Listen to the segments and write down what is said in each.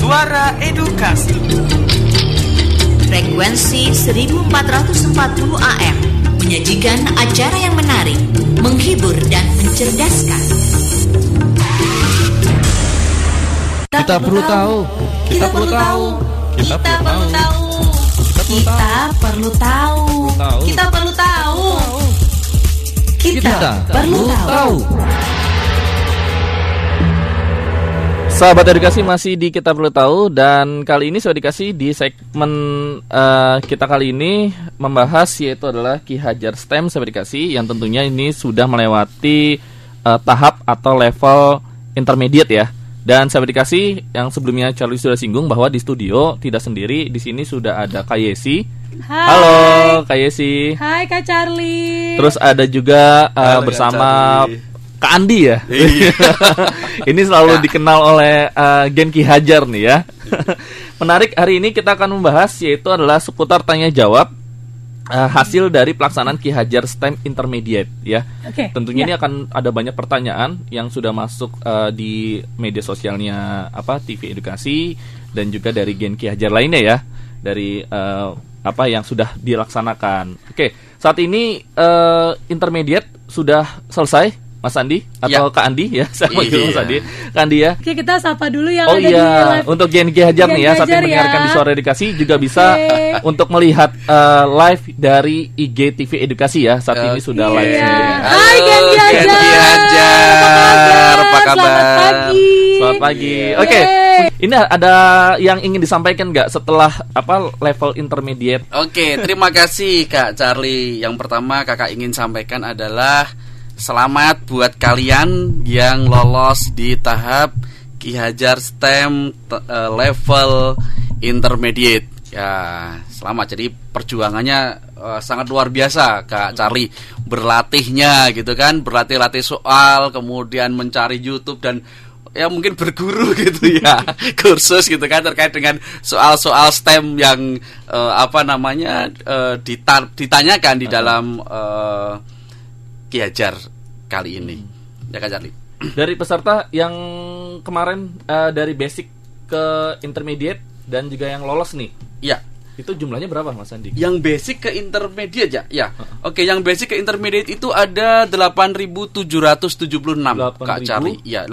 Suara Edukasi. Frekuensi 1440 AM menyajikan acara yang menarik, menghibur dan mencerdaskan. Kita perlu tahu. Kita perlu tahu. Kita perlu tahu. Kita perlu tahu. Kita perlu tahu. Kita perlu tahu. Sahabat edukasi, masih di Kita Perlu Tahu, dan kali ini Sahabat edukasi di segmen kita kali ini membahas yaitu adalah Ki Hajar STEM Sahabat edukasi, yang tentunya ini sudah melewati tahap atau level intermediate ya. Dan Sahabat edukasi, yang sebelumnya Charlie sudah singgung bahwa di studio tidak sendiri, di sini sudah ada Kak Yesi. Hai. Halo Kak Yesi. Hai Kak Charlie. Terus ada juga bersama Kak Andi ya. Iya. Ini selalu dikenal oleh Gen Ki Hajar nih ya. Menarik, hari ini kita akan membahas yaitu adalah seputar tanya jawab hasil dari pelaksanaan Ki Hajar STEM Intermediate ya. Oke, Tentunya ya. ini akan ada banyak pertanyaan yang sudah masuk di media sosialnya TV Edukasi dan juga dari Gen Ki Hajar lainnya ya, dari yang sudah dilaksanakan. Oke, saat ini Intermediate sudah selesai. Mas Andi atau Kak Andi ya, saya panggil Mas Andi. Kak Andi ya. Oke, kita sapa dulu yang Oh ada di iya, live. untuk Gen Ki Hajar nih ya, saat ini mendengarkan di Suara Edukasi juga bisa untuk melihat live dari IG TV Edukasi ya. Saat ini sudah live sendiri. Hai Gen Ki Hajar. Gen Ki Hajar, apa kabar? Selamat pagi. Selamat pagi. Oke, ini ada yang ingin disampaikan nggak setelah level intermediate? Oke, terima kasih Kak Charlie. Yang pertama Kakak ingin sampaikan adalah selamat buat kalian yang lolos di tahap Ki Hajar STEM level intermediate. Ya, selamat. Jadi perjuangannya sangat luar biasa Kak Charlie. Berlatihnya gitu kan, berlatih-latih soal, kemudian mencari YouTube dan ya mungkin berguru gitu ya, kursus gitu kan terkait dengan soal-soal STEM yang ditanyakan di dalam Ki Hajar kali ini. Ya Kak Charlie. Dari peserta yang kemarin dari basic ke intermediate dan juga yang lolos nih. Iya. Itu jumlahnya berapa Mas Andi? Yang basic ke intermediate ya. Ya. Oke, yang basic ke intermediate itu ada 8.776 Kak Charlie. Ya,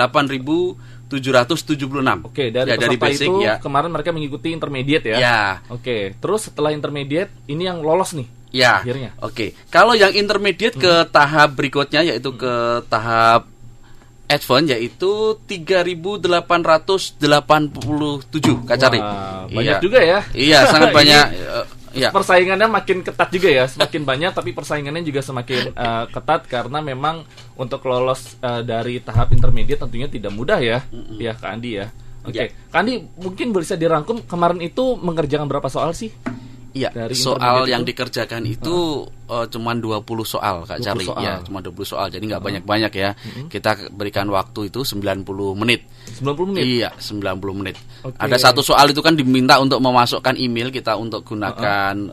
8.776. Oke, dari ya, peserta dari basic itu ya. kemarin mereka mengikuti intermediate ya. Ya. Oke, terus setelah intermediate ini yang lolos nih. Ya. Akhirnya. Oke. Kalau yang intermediate ke tahap berikutnya yaitu ke tahap advance yaitu 3.887 Kak Charlie. Banyak juga ya. Iya, sangat banyak. Ya. Persaingannya makin ketat juga ya, semakin banyak tapi persaingannya juga semakin ketat karena memang untuk lolos dari tahap intermediate tentunya tidak mudah ya. Ya Kak Andi ya. Oke. Kak Andi mungkin bisa dirangkum kemarin itu mengerjakan berapa soal sih? Iya, dari soal yang dikerjakan itu cuma 20 soal Kak Charlie. Ya, cuma 20 soal. Jadi nggak banyak-banyak ya. Kita berikan waktu itu 90 menit. 90 menit? Iya, 90 menit. Ada satu soal itu kan diminta untuk memasukkan email kita untuk gunakan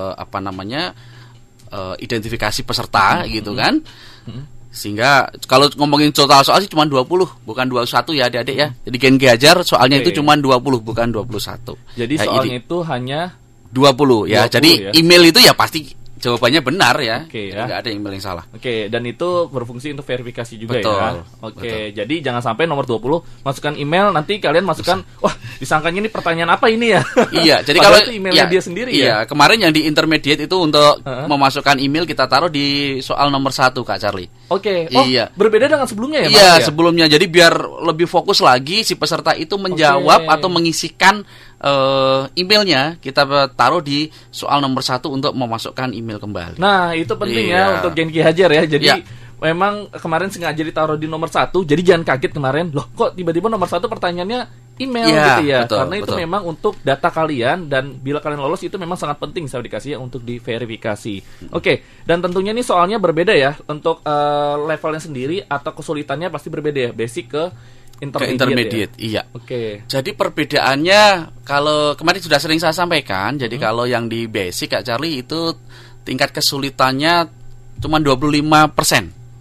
identifikasi peserta gitu kan. Sehingga kalau ngomongin total soal sih cuma 20, bukan 21 ya adik-adik ya. Jadi Gen Ki Hajar soalnya itu cuma 20, bukan 21. Jadi soalnya itu hanya 20 ya. 20 jadi ya. email itu ya pasti jawabannya benar ya. Ya. Nggak ada email yang salah. Dan itu berfungsi untuk verifikasi juga. Betul, ya. Jadi jangan sampai nomor 20 masukkan email, nanti kalian masukkan wah, disangkanya ini pertanyaan apa ini ya. Iya, jadi kalau itu emailnya dia sendiri ya. Kemarin yang di intermediate itu untuk memasukkan email kita taruh di soal nomor 1 Kak Charlie. Iya. Berbeda dengan sebelumnya ya, Iya, sebelumnya. Jadi biar lebih fokus lagi si peserta itu menjawab atau mengisikan emailnya, kita taruh di soal nomor 1 untuk memasukkan email kembali. Nah, itu pentingnya untuk Gen Ki Hajar ya. Jadi memang kemarin sengaja ditaruh di nomor 1. Jadi jangan kaget kemarin, loh kok tiba-tiba nomor 1 pertanyaannya email gitu ya. Karena itu memang untuk data kalian, dan bila kalian lolos itu memang sangat penting saya dikasih ya untuk diverifikasi. Dan tentunya ini soalnya berbeda ya. Untuk levelnya sendiri atau kesulitannya pasti berbeda ya. Basic ke intermediate ya? Iya. Jadi perbedaannya kalau kemarin sudah sering saya sampaikan. Jadi kalau yang di basic Kak Charlie itu tingkat kesulitannya cuma 25%.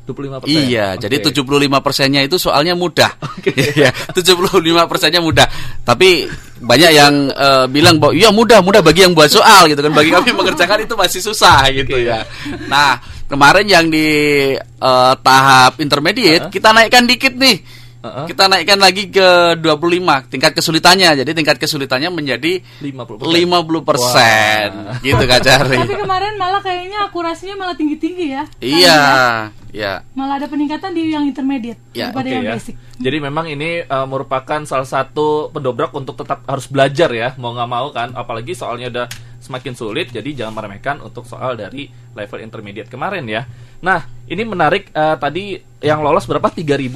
25%. Iya, jadi 75%-nya itu soalnya mudah. Iya, 75%-nya mudah. Tapi banyak yang bilang bahwa iya mudah bagi yang buat soal gitu kan. Bagi kami mengerjakan itu masih susah gitu ya. Nah, kemarin yang di tahap intermediate kita naikkan dikit nih. Kita naikkan lagi ke 25 tingkat kesulitannya. Jadi tingkat kesulitannya menjadi 50%. Gitu Kak Charlie. Tapi kemarin malah kayaknya akurasinya malah tinggi-tinggi ya. Iya, ya. Malah ada peningkatan di yang intermediate daripada yang basic. Jadi memang ini merupakan salah satu pendobrak untuk tetap harus belajar ya, mau nggak mau kan. Apalagi soalnya udah semakin sulit, jadi jangan meremehkan untuk soal dari level intermediate kemarin ya. Nah, ini menarik, tadi yang lolos berapa?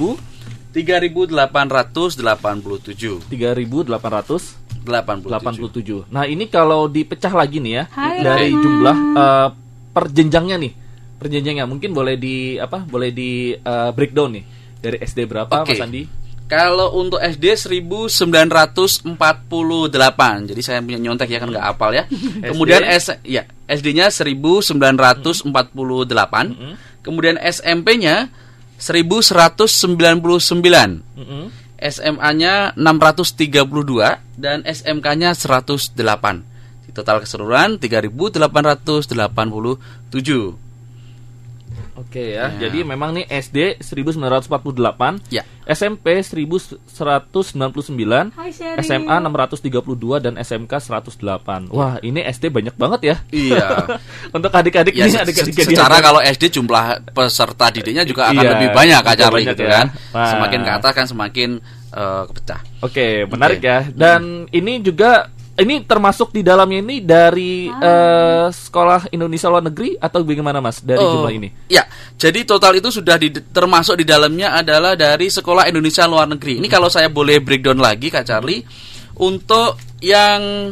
3.887. Nah, ini kalau dipecah lagi nih ya, dari jumlah perjenjangnya nih. Perjenjangnya mungkin boleh di breakdown nih. Dari SD berapa, Mas Andi? Kalau untuk SD 1948. Jadi saya punya nyontek ya kan nggak hafal ya. Kemudian SD-nya 1948. Kemudian SMP-nya 1199. SMA-nya 632 dan SMK-nya 108. Total keseluruhan 3.887. Oke ya. Jadi memang nih SD 1948, SMP 1199, SMA 632 dan SMK 108. Wah, ini SD banyak banget ya. Iya. Untuk adik-adik ya, secara kalau SD jumlah peserta didiknya juga akan lebih banyak Kak Charlie gitu kan. Semakin ke atas kan semakin kepecah. Oke, menarik ya. Dan ini juga termasuk di dalamnya ini dari sekolah Indonesia luar negeri atau bagaimana Mas dari jumlah ini? Ya, jadi total itu sudah termasuk di dalamnya adalah dari sekolah Indonesia luar negeri. Ini kalau saya boleh breakdown lagi Kak Charlie, untuk yang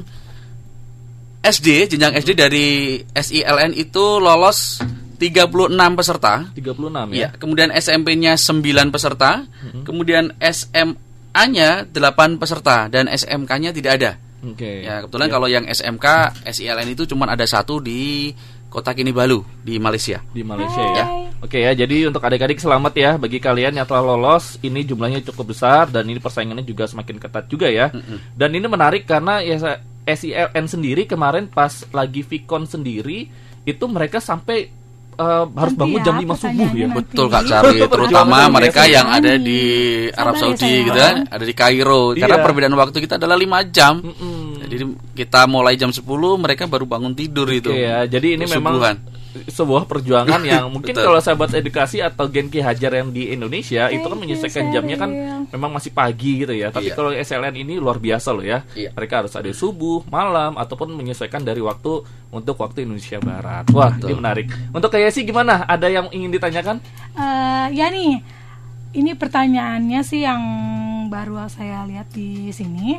SD, jenjang SD dari SILN itu lolos 36 peserta. 36 ya. Kemudian SMP-nya 9 peserta, kemudian SMA-nya 8 peserta dan SMK-nya tidak ada. Ya kebetulan kalau yang SMK SILN itu cuma ada satu di Kota Kinabalu di Malaysia. Di Malaysia ya. Oke ya, jadi untuk adik-adik selamat ya bagi kalian yang telah lolos. Ini jumlahnya cukup besar dan ini persaingannya juga semakin ketat juga ya. Dan ini menarik karena ya SILN sendiri kemarin pas lagi Vicon sendiri itu mereka sampai harus bangun jam 5 subuh ya. Betul Kak Charlie, terutama mereka yang ada di Arab Saudi gitu kan, ada di Kairo. Karena perbedaan waktu kita adalah 5 jam. Jadi kita mulai jam 10, mereka baru bangun tidur itu. Ya, jadi ini memang sebuah perjuangan yang mungkin kalau sahabat edukasi atau Gen Ki Hajar yang di Indonesia itu kan menyesuaikan jamnya kan memang masih pagi gitu ya. Tapi kalau SLN ini luar biasa loh ya. Mereka harus ada subuh, malam ataupun menyesuaikan dari waktu untuk waktu Indonesia Barat. Wah, ini menarik. Untuk Kak Yesi gimana? Ada yang ingin ditanyakan? Ya nih, ini pertanyaannya sih yang baru saya lihat di sini.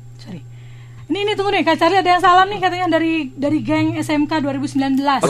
Ini tunggu nih, Kak Charlie ada yang salam nih katanya dari geng SMK 2019. Wah,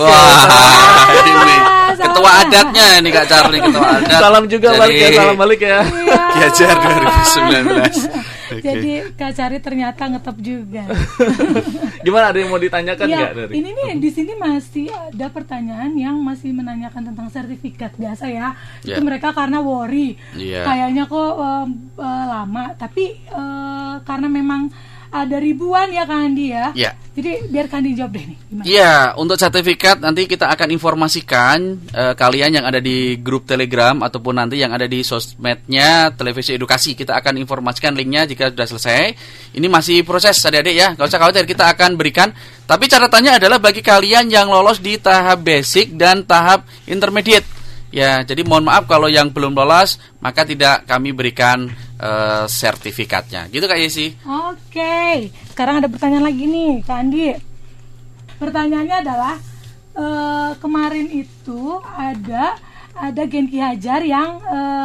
ketua adatnya nih Kak Charlie, ketua adat. Salam juga balik ya, salam balik ya. Ki Hajar 2019. Jadi Kak Charlie ternyata ngetop juga. Gimana, ada yang mau ditanyakan nggak dari? Ini nih di sini masih ada pertanyaan yang masih menanyakan tentang sertifikat biasa ya. Itu mereka karena worry. Kayaknya kok lama, tapi karena memang ada ribuan ya Kak Andi ya. Jadi biar Kak Andi jawab deh nih. Iya, untuk sertifikat nanti kita akan informasikan kalian yang ada di grup Telegram ataupun nanti yang ada di sosmednya Televisi Edukasi. Kita akan informasikan linknya jika sudah selesai. Ini masih proses adik-adik ya, gak usah khawatir, kita akan berikan. Tapi catatannya adalah bagi kalian yang lolos di tahap basic dan tahap intermediate. Ya, jadi mohon maaf kalau yang belum lolos, maka tidak kami berikan sertifikatnya. Gitu Kak Yesi. Oke. Sekarang ada pertanyaan lagi nih Kak Andi. Pertanyaannya adalah kemarin itu ada Gen Ki Hajar yang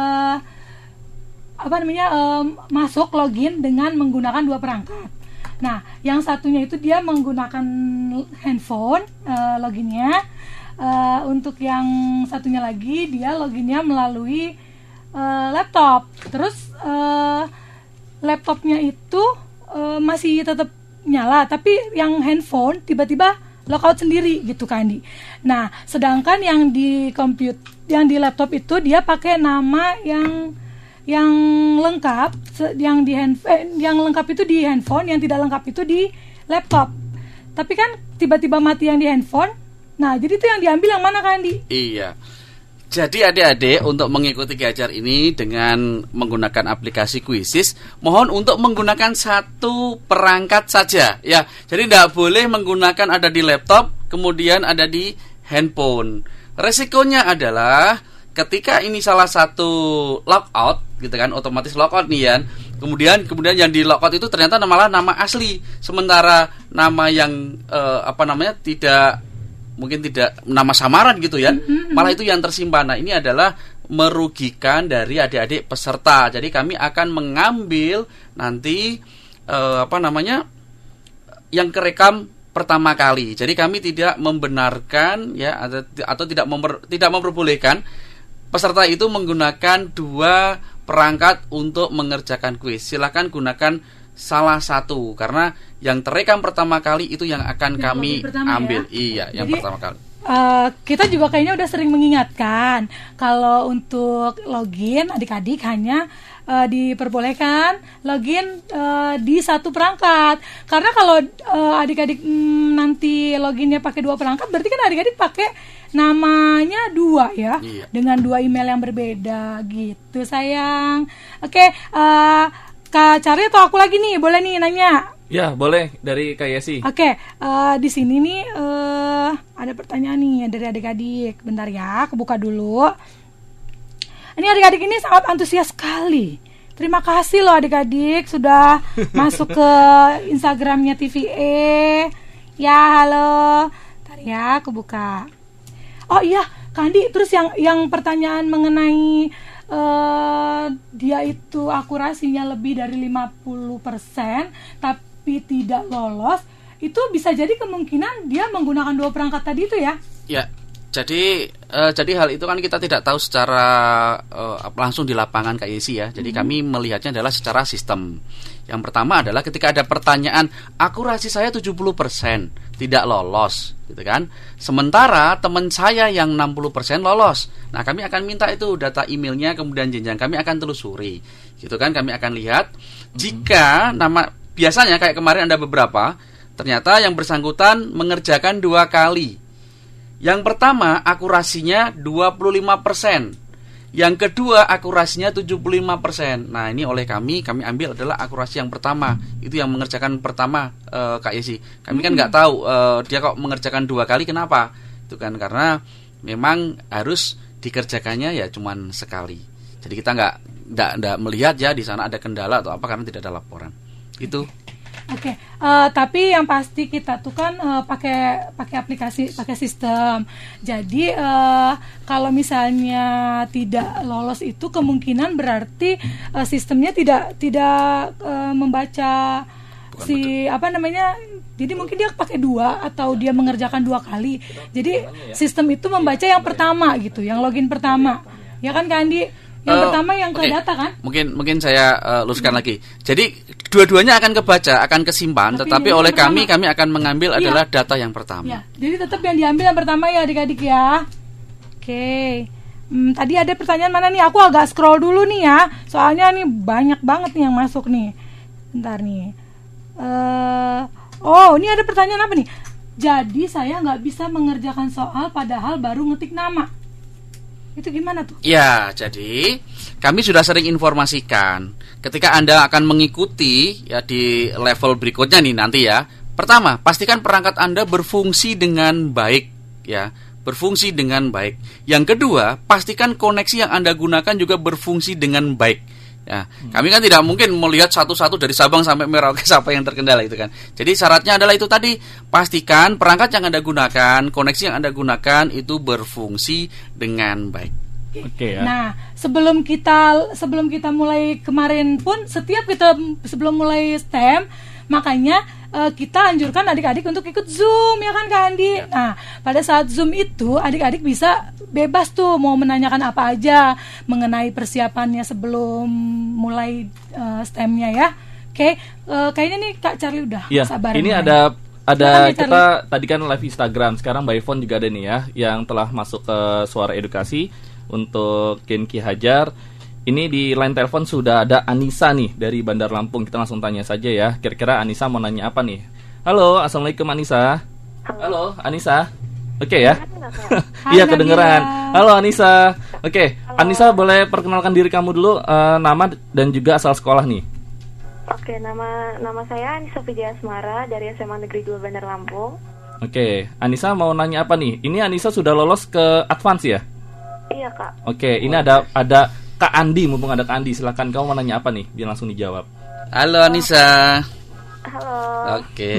masuk login dengan menggunakan 2 perangkat. Nah, yang satunya itu dia menggunakan handphone loginnya. Untuk yang satunya lagi dia loginnya melalui laptop. Terus laptopnya itu masih tetap nyala, tapi yang handphone tiba-tiba lockout sendiri gitu kan Andi. Nah, sedangkan yang di di laptop itu dia pakai nama yang lengkap, yang lengkap itu di handphone, yang tidak lengkap itu di laptop. Tapi kan tiba-tiba mati yang di handphone. Nah, jadi itu yang diambil yang mana kan Andi? Iya. Jadi adik-adik untuk mengikuti Ki Hajar ini dengan menggunakan aplikasi Quizizz, mohon untuk menggunakan satu perangkat saja ya. Jadi tidak boleh menggunakan ada di laptop kemudian ada di handphone. Resikonya adalah ketika ini salah satu logout gitu kan, otomatis logout nih ya. Kemudian yang di logout itu ternyata malah nama asli, sementara nama yang mungkin tidak nama samaran gitu ya. Malah itu yang tersimpan. Nah, ini adalah merugikan dari adik-adik peserta. Jadi kami akan mengambil nanti yang kerekam pertama kali. Jadi kami tidak membenarkan ya atau tidak memperbolehkan peserta itu menggunakan dua perangkat untuk mengerjakan kuis. Silakan gunakan salah satu karena yang terekam pertama kali itu yang akan kami ambil. Ya? Iya, yang pertama kali. Kita juga kayaknya udah sering mengingatkan kalau untuk login adik-adik hanya diperbolehkan login di satu perangkat. Karena kalau adik-adik nanti loginnya pakai dua perangkat, berarti kan adik-adik pakai namanya dua ya, dengan dua email yang berbeda gitu sayang. Oke, Kak Charlie atau aku lagi nih, boleh nih nanya? Ya, boleh dari Kak Yesi. Oke, di sini nih ada pertanyaan nih dari adik-adik. Bentar ya, aku buka dulu. Ini adik-adik ini sangat antusias sekali. Terima kasih loh adik-adik sudah masuk ke Instagramnya TVE. Ya, halo. Bentar ya, aku buka. Oh iya, Kandi, terus yang pertanyaan mengenai dia itu akurasinya lebih dari 50% tapi tidak lolos, itu bisa jadi kemungkinan dia menggunakan dua perangkat tadi itu ya? Ya, jadi hal itu kan kita tidak tahu secara langsung di lapangan Kak Yesi ya. Jadi kami melihatnya adalah secara sistem. Yang pertama adalah ketika ada pertanyaan akurasi saya 70% tidak lolos gitu kan. Sementara teman saya yang 60% lolos. Nah, kami akan minta itu data emailnya, kemudian jenjang kami akan telusuri. Gitu kan, kami akan lihat jika biasanya kayak kemarin ada beberapa, ternyata yang bersangkutan mengerjakan 2 kali. Yang pertama akurasinya 25%. Yang kedua akurasinya 75%. Nah, ini oleh kami ambil adalah akurasi yang pertama. Itu yang mengerjakan pertama Kak Yesi. Kami kan nggak tahu dia kok mengerjakan 2 kali kenapa. Itu kan karena memang harus dikerjakannya ya cuman sekali. Jadi kita nggak melihat ya di sana ada kendala atau apa karena tidak ada laporan. Itu. Oke, tapi yang pasti kita tuh kan pakai aplikasi, pakai sistem. Jadi kalau misalnya tidak lolos itu kemungkinan berarti sistemnya tidak membaca jadi mungkin dia pakai 2 atau dia mengerjakan 2 kali. Jadi sistem itu membaca yang pertama gitu, yang login pertama. Ya kan Kak Andi? Yang pertama yang ke data kan? Mungkin saya luruskan lagi. Jadi dua-duanya akan kebaca, akan kesimpan, tetapi oleh kami akan mengambil adalah data yang pertama. Ya, jadi tetap yang diambil yang pertama ya adik-adik ya. Oke. Tadi ada pertanyaan mana nih? Aku agak scroll dulu nih ya. Soalnya nih banyak banget nih yang masuk nih. Bentar nih. Ini ada pertanyaan apa nih? Jadi saya nggak bisa mengerjakan soal padahal baru ngetik nama. Itu gimana tuh? Ya, jadi kami sudah sering informasikan ketika Anda akan mengikuti ya di level berikutnya nih nanti ya. Pertama, pastikan perangkat Anda berfungsi dengan baik ya, berfungsi dengan baik. Yang kedua, pastikan koneksi yang Anda gunakan juga berfungsi dengan baik. Ya, kami kan tidak mungkin melihat satu-satu dari Sabang sampai Merauke siapa yang terkendala itu kan. Jadi syaratnya adalah itu tadi, pastikan perangkat yang Anda gunakan, koneksi yang Anda gunakan itu berfungsi dengan baik. Oke ya. Nah, sebelum kita mulai kemarin pun sebelum mulai STEM, makanya kita anjurkan adik-adik untuk ikut Zoom ya kan Kak Andi. Ya. Nah, pada saat Zoom itu adik-adik bisa bebas tuh mau menanyakan apa aja mengenai persiapannya sebelum mulai STEM-nya ya. Oke, kayaknya nih Kak Charlie udah sabar. Ini ada kita tadi kan live Instagram, sekarang by phone juga ada nih ya yang telah masuk ke Suara Edukasi. untuk Gen Ki Hajar. Ini di line telepon sudah ada Anissa nih dari Bandar Lampung. Kita langsung tanya saja ya. Kira-kira Anissa mau nanya apa nih? Halo, assalamualaikum Anissa. Halo Anissa. Oke ya. Iya kedengeran. Halo Anissa. Oke, Anissa boleh perkenalkan diri kamu dulu, nama dan juga asal sekolah nih. Oke, nama saya Anissa Vidya Asmara dari SMA Negeri 2 Bandar Lampung. Oke, Anissa mau nanya apa nih? Ini Anissa sudah lolos ke advance ya? Iya kak. Oke, ini ada Kak Andi, mumpung ada Kak Andi, silakan kamu mau nanya apa nih? Biar langsung dijawab. Halo Anissa. Halo. Oke.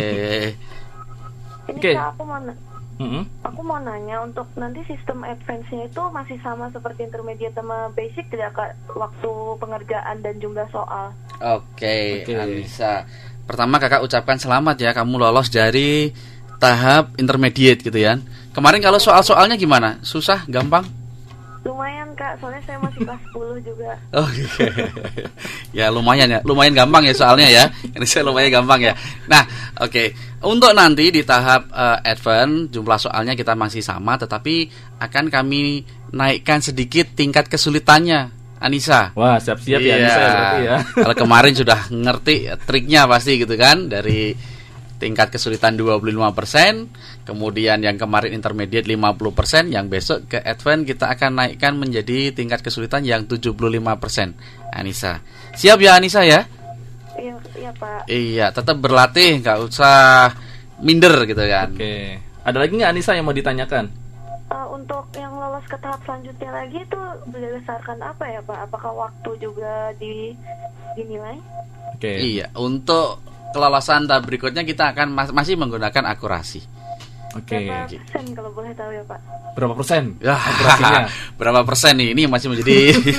Ini Kak, aku mau nanya untuk nanti sistem advance-nya itu masih sama seperti intermediate sama basic tidak kak? Waktu pengerjaan dan jumlah soal. Oke. Anissa. Pertama kakak ucapkan selamat ya, kamu lolos dari tahap intermediate gitu ya. Kemarin kalau soal-soalnya gimana? Susah, gampang? Lumayan kak, soalnya saya masih kelas 10 juga. Oke. Ya lumayan gampang ya soalnya ya. Ini saya lumayan gampang ya. Nah, oke. Untuk nanti di tahap advance jumlah soalnya kita masih sama, tetapi akan kami naikkan sedikit tingkat kesulitannya, Anissa. Wah, siap-siap ya Anissa berarti ya. Kalau kemarin sudah ngerti triknya pasti gitu kan, dari tingkat kesulitan 25%, kemudian yang kemarin intermediate 50%, yang besok ke advance kita akan naikkan menjadi tingkat kesulitan yang 75%. Anissa. Siap ya Anissa ya? Iya Pak. Iya, tetap berlatih, nggak usah minder gitu kan. Oke. Ada lagi nggak Anissa yang mau ditanyakan? Untuk yang lolos ke tahap selanjutnya lagi itu berdasarkan apa ya Pak? Apakah waktu juga dinilai? Oke. Iya, untuk kelolosan tahap berikutnya kita akan masih menggunakan akurasi. Oke. Berapa persen kalau boleh tahu ya Pak? Berapa persen? Ya, akurasinya. Berapa persen nih? Ini masih menjadi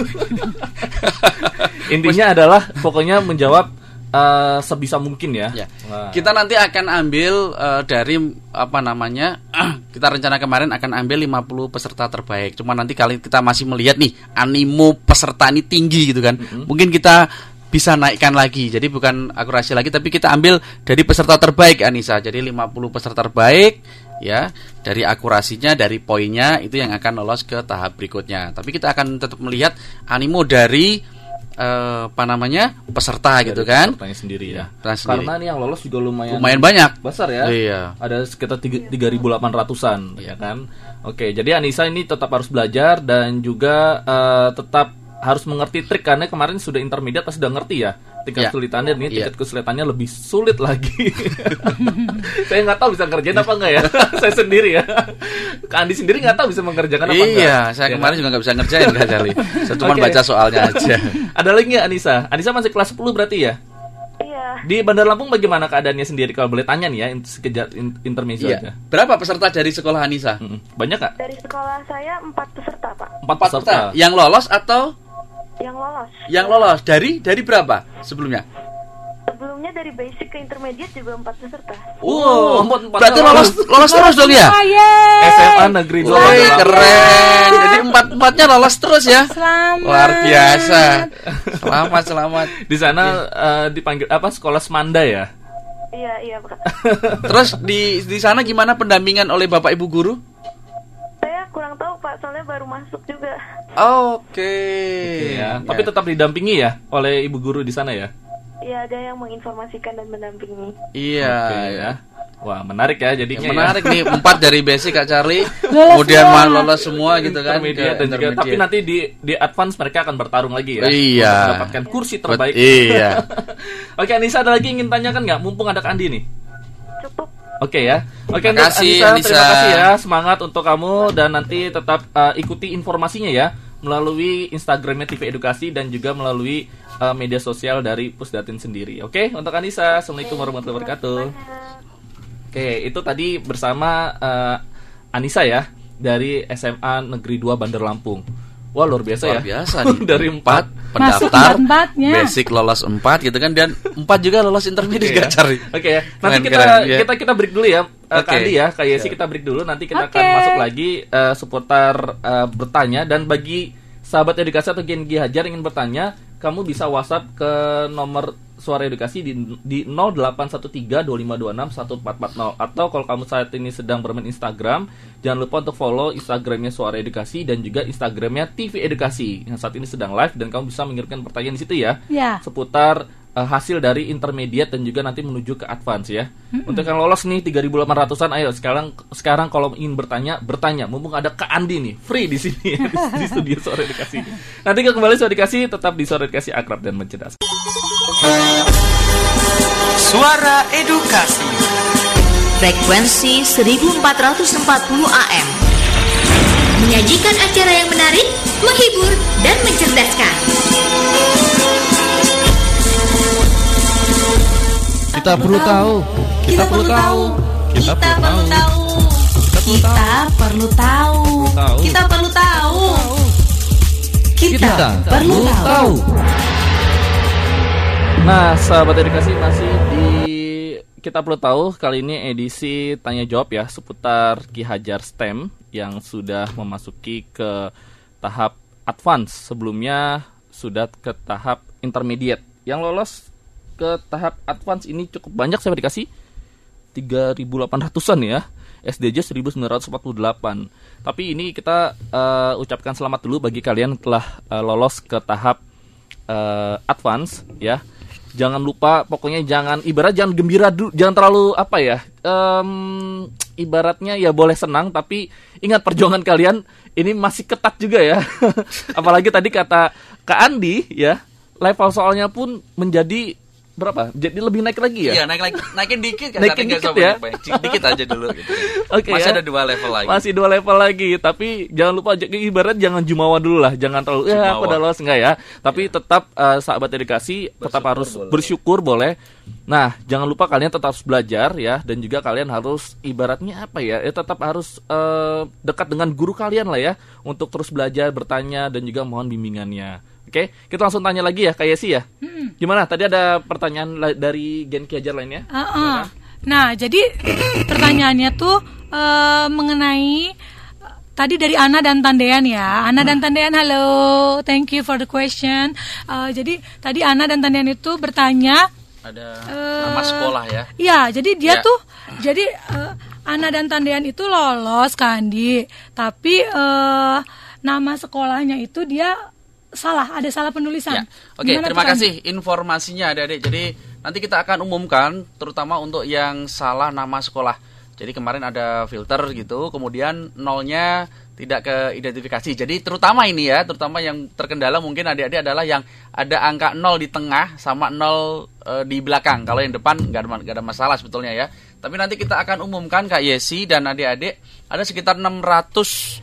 intinya adalah pokoknya menjawab sebisa mungkin ya. Kita nanti akan ambil dari kita rencana kemarin akan ambil 50 peserta terbaik. Cuma nanti kali kita masih melihat nih animo peserta ini tinggi gitu kan. Mungkin kita bisa naikkan lagi. Jadi bukan akurasi lagi, tapi kita ambil dari peserta terbaik Anissa. Jadi 50 peserta terbaik ya, dari akurasinya, dari poinnya itu yang akan lolos ke tahap berikutnya. Tapi kita akan tetap melihat animo dari peserta dari gitu kan. Pesertanya sendiri ya. Karena ini yang lolos juga lumayan banyak. Besar ya. Iya. Ada sekitar 3.800-an ya kan. Oke, jadi Anissa ini tetap harus belajar dan juga tetap harus mengerti trik, karena kemarin sudah intermediate pasti sudah ngerti ya tingkat kesulitannya. Ini tingkat kesulitannya lebih sulit lagi. Saya nggak tahu bisa ngerjain apa enggak ya. Saya sendiri ya. Kak Andi sendiri nggak tahu bisa mengerjakan apa enggak. Iya, saya kemarin juga nggak bisa ngerjain Kak Charlie. Saya cuma baca soalnya aja. Ada lagi nggak Anissa? Anissa masih kelas 10 berarti ya? Iya. Di Bandar Lampung bagaimana keadaannya sendiri kalau boleh tanya nih ya, sekejap intermezzo aja. Berapa peserta dari sekolah Anissa? Banyak Kak? Dari sekolah saya 4 peserta Pak. 4 peserta. Yang lolos atau? Yang lolos dari berapa sebelumnya? Sebelumnya dari basic ke intermediate juga 4 peserta. Berarti lolos terus dong ya? SMA Negeri 2. Keren. Jadi 4-4-nya lolos terus ya? Selamat. Luar biasa. Selamat. Di sana dipanggil apa? Sekolah Semanda ya? Iya Pak. Terus di sana gimana pendampingan oleh Bapak Ibu guru? Saya kurang tahu Pak, soalnya baru masuk juga. Oke ya. Tapi tetap didampingi ya oleh ibu guru di sana ya? Iya, ada yang menginformasikan dan mendampingi. Iya ya. Wah, menarik ya jadinya. Menarik nih, 4 dari basic Kak Charlie. Kemudian lolos semua gitu kan. Tapi nanti di advance mereka akan bertarung lagi ya. Iya. Mendapatkan kursi terbaik. Iya. Oke, Anissa ada lagi ingin tanyakan nggak? Mumpung ada Kak Andi nih. Cukup. Oke ya. Oke, terima kasih Anissa, terima kasih ya. Semangat untuk kamu dan nanti tetap ikuti informasinya ya melalui Instagramnya TV Edukasi dan juga melalui media sosial dari Pusdatin sendiri. Oke, untuk Anissa, Assalamualaikum warahmatullahi wabarakatuh. Oke, itu tadi bersama Anissa ya dari SMA Negeri 2 Bandar Lampung. Wah, luar biasa ya. Luar biasa nih. Dari 4 pendaftar, basic lolos 4 gitu kan, dan 4 juga lolos intermediate Kak Charlie. Oke ya. Nanti kita break dulu ya. Kak Andi ya, Kak Yesi kita break dulu. Nanti kita akan masuk lagi seputar bertanya. Dan bagi sahabat edukasi atau Gen Ki Hajar ingin bertanya, kamu bisa WhatsApp ke nomor Suara Edukasi di 081325261440. Atau kalau kamu saat ini sedang bermain Instagram, jangan lupa untuk follow Instagramnya Suara Edukasi dan juga Instagramnya TV Edukasi yang saat ini sedang live, dan kamu bisa mengirimkan pertanyaan di situ ya, seputar hasil dari intermediate dan juga nanti menuju ke advance ya. Untuk yang lolos nih 3.800-an, ayo sekarang kalau ingin bertanya, mumpung ada Kak Andi nih, free di sini ya, di studio Suara Edukasi. Nanti kembali Suara Edukasi, tetap di Suara Edukasi, akrab dan mencerdaskan. Suara Edukasi, frekuensi 1440 AM, menyajikan acara yang menarik, menghibur dan mencerdaskan. Kita perlu tahu. Kita perlu tahu. Kita perlu tahu. Kita perlu tahu. Kita perlu tahu. Kita perlu tahu. Nah, sahabat edukasi, masih di Kita Perlu Tahu. Kali ini edisi tanya jawab ya, seputar Ki Hajar STEM yang sudah memasuki ke tahap advance. Sebelumnya sudah ke tahap intermediate. Yang lolos ke tahap advance ini cukup banyak, saya dikasih 3.800-an ya. SDJ 1948. Tapi ini kita ucapkan selamat dulu bagi kalian telah lolos ke tahap advance ya. Jangan lupa, pokoknya jangan gembira dulu, jangan terlalu ibaratnya ya boleh senang, tapi ingat perjuangan kalian ini masih ketat juga ya. Apalagi tadi kata Kak Andi ya, level soalnya pun menjadi berapa? Jadi lebih naik lagi ya? Iya, naikin dikit kan. Naikin dikit ya? Dikit aja dulu gitu. Okay, masih ya? ada 2 level lagi. Masih 2 level lagi, tapi jangan lupa, ibarat jangan jumawa dulu lah. Jangan terlalu, aku udah lolos, enggak ya. Tapi tetap sahabat edukasi, tetap harus bersyukur boleh. Nah, jangan lupa kalian tetap harus belajar ya. Dan juga kalian harus, ibaratnya tetap harus dekat dengan guru kalian lah ya. Untuk terus belajar, bertanya, dan juga mohon bimbingannya. Oke, kita langsung tanya lagi ya, Kak Yesi ya. Gimana? Tadi ada pertanyaan dari Gen Ki Hajar lainnya? Nah, jadi pertanyaannya tuh mengenai tadi dari Ana dan Tandean ya. Ana dan Tandean, halo, thank you for the question. Jadi tadi Ana dan Tandean itu bertanya ada nama sekolah ya. Iya, jadi dia tuh jadi Ana dan Tandean itu lolos kan tapi nama sekolahnya itu dia ada salah penulisan. Ya. Oke, terima kasih informasinya adik-adik. Jadi nanti kita akan umumkan terutama untuk yang salah nama sekolah. Jadi kemarin ada filter gitu, kemudian nolnya tidak ke identifikasi. Jadi terutama yang terkendala mungkin adik-adik adalah yang ada angka 0 di tengah sama 0 di belakang. Kalau yang depan nggak ada masalah sebetulnya ya. Tapi nanti kita akan umumkan Kak Yesi dan adik-adik ada sekitar 612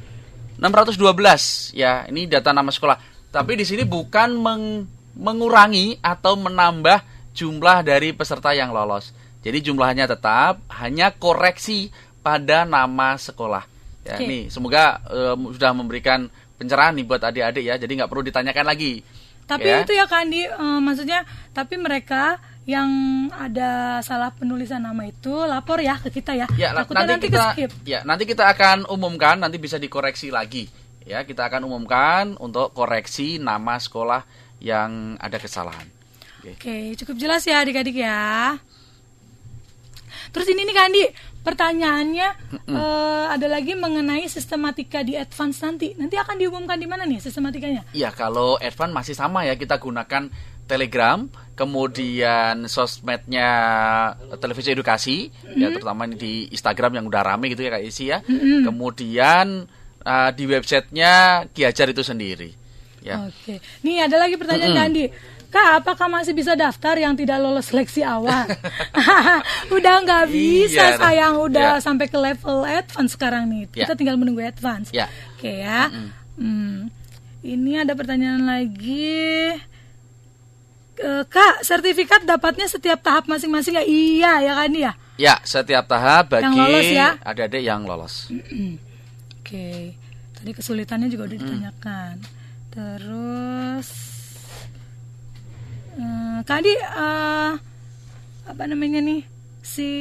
ya. Ini data nama sekolah. Tapi di sini bukan mengurangi atau menambah jumlah dari peserta yang lolos. Jadi jumlahnya tetap, hanya koreksi pada nama sekolah. Ya, nih semoga sudah memberikan pencerahan nih buat adik-adik ya. Jadi nggak perlu ditanyakan lagi. Tapi itu ya Kak Andi, maksudnya tapi mereka yang ada salah penulisan nama itu lapor ya ke kita ya. Takutnya nanti ke-skip. Ya, nanti kita akan umumkan, nanti bisa dikoreksi lagi. Ya, kita akan umumkan untuk koreksi nama sekolah yang ada kesalahan. Oke, cukup jelas ya adik-adik ya. Terus ini nih Kak Andi, pertanyaannya ada lagi mengenai sistematika di advance nanti. Nanti akan diumumkan di mana nih sistematikanya? Iya, kalau advance masih sama ya, kita gunakan Telegram, kemudian sosmednya Televisi Edukasi, ya terutama di Instagram yang udah rame gitu ya Kak Isi ya. Kemudian di websitenya Ki Hajar itu sendiri. Ya. Oke. Nih ada lagi pertanyaan Kak Andi. Kak, apakah masih bisa daftar yang tidak lolos seleksi awal? Udah nggak bisa sayang, udah sampai ke level advance sekarang nih. Kita tinggal menunggu advance. Oke ya. Ini ada pertanyaan lagi. Kak, sertifikat dapatnya setiap tahap masing-masing ya? Iya ya kan ya? Ya, setiap tahap bagi yang lolos, ya? Adik-adik yang lolos. Oke. Tadi kesulitannya juga udah ditanyakan. Terus Kak Adi, apa namanya nih, si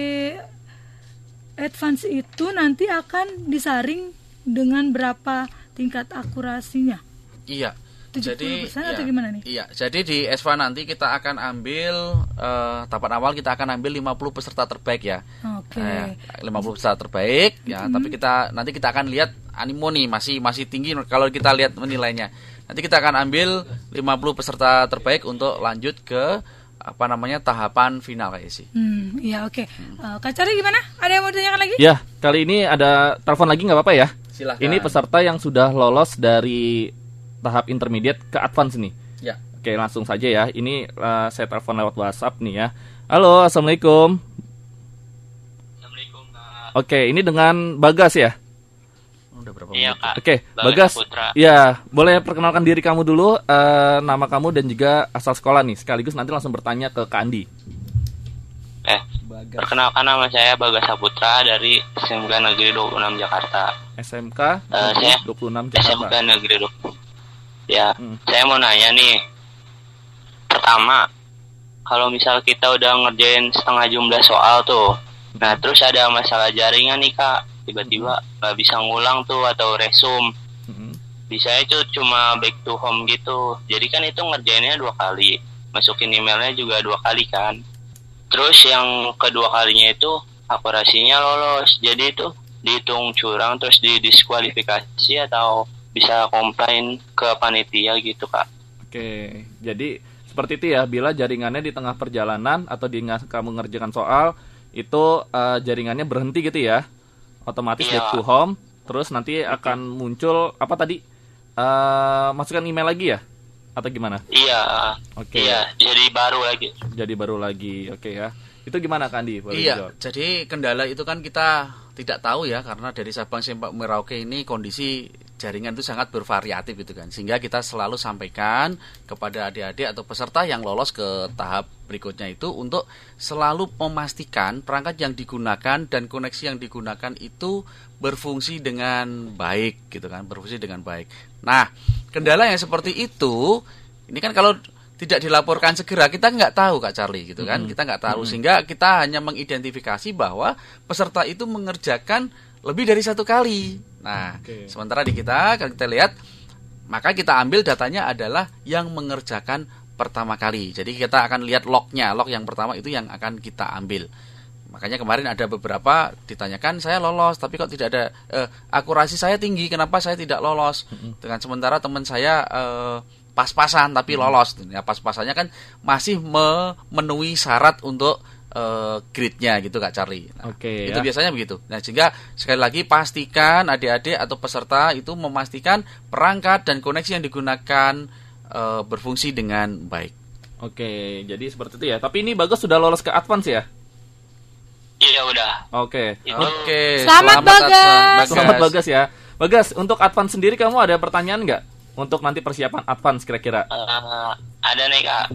advance itu nanti akan disaring dengan berapa tingkat akurasinya? Iya, 70% atau gimana nih? Iya, jadi di S1 nanti kita akan ambil tahapan awal kita akan ambil 50 peserta terbaik ya. Oke. 50 peserta terbaik ya, tapi nanti kita akan lihat animo nih masih tinggi kalau kita lihat menilainya. Nanti kita akan ambil 50 peserta terbaik untuk lanjut ke tahapan final kayak sih. Iya, oke. Kak Charlie gimana? Ada yang mau ditanyakan lagi? Ya, kali ini ada telepon lagi nggak apa-apa ya? Silahkan. Ini peserta yang sudah lolos dari tahap intermediate ke advance nih. Ya. Oke, langsung saja ya. Ini saya telepon lewat WhatsApp nih ya. Halo, assalamualaikum. Assalamualaikum Kak. Oke, ini dengan Bagas ya? Udah berapa Iya menit? Kak. Oke, Bagas. Ya, boleh perkenalkan diri kamu dulu, nama kamu dan juga asal sekolah nih. Sekaligus nanti langsung bertanya ke Kak Andi. Perkenalkan, nama saya Bagas Saputra dari SMK Negeri 26 Jakarta. SMK saya 26 Jakarta. SMK Negeri 26. Ya, saya mau nanya nih. Pertama, kalau misal kita udah ngerjain setengah jumlah soal tuh, nah terus ada masalah jaringan nih Kak, tiba-tiba nggak bisa ngulang tuh atau resume. Bisa itu cuma back to home gitu. Jadi kan itu ngerjainnya 2 kali, masukin emailnya juga 2 kali kan. Terus yang kedua kalinya itu akurasinya lolos. Jadi itu dihitung curang terus didiskualifikasi atau bisa komplain ke panitia gitu Kak. Oke, jadi seperti itu ya. Bila jaringannya di tengah perjalanan atau kamu ngerjakan soal itu jaringannya berhenti gitu ya, otomatis back to home. Terus nanti akan muncul apa tadi? Masukkan email lagi ya? Atau gimana? Iya. Oke. Iya, jadi baru lagi. Oke ya. Itu gimana Kandi? Iya. Jadi kendala itu kan kita tidak tahu ya, karena dari Sabang sampai Merauke ini kondisi jaringan itu sangat bervariatif gitu kan. Sehingga kita selalu sampaikan kepada adik-adik atau peserta yang lolos ke tahap berikutnya itu untuk selalu memastikan perangkat yang digunakan dan koneksi yang digunakan itu berfungsi dengan baik gitu kan, berfungsi dengan baik. Nah, kendala yang seperti itu ini kan kalau tidak dilaporkan segera kita nggak tahu Kak Charlie gitu kan, kita nggak tahu sehingga kita hanya mengidentifikasi bahwa peserta itu mengerjakan lebih dari 1 kali. Nah, sementara di kita kalau kita lihat maka kita ambil datanya adalah yang mengerjakan pertama kali. Jadi kita akan lihat lognya, log yang pertama itu yang akan kita ambil. Makanya kemarin ada beberapa ditanyakan saya lolos tapi kok tidak ada akurasi saya tinggi, kenapa saya tidak lolos? Dengan sementara teman saya pas-pasan tapi lolos. Ya pas-pasannya kan masih memenuhi syarat untuk grade-nya gitu Kak Charlie. Nah, itu biasanya begitu. Nah, sehingga sekali lagi pastikan adik-adik atau peserta itu memastikan perangkat dan koneksi yang digunakan berfungsi dengan baik. Oke, jadi seperti itu ya. Tapi ini Bagus sudah lolos ke advance ya? Iya udah. Oke. Selamat Bagas. Selamat Bagas ya. Bagas, untuk advance sendiri kamu ada pertanyaan nggak? Untuk nanti persiapan advance kira-kira? Ada nih Kak.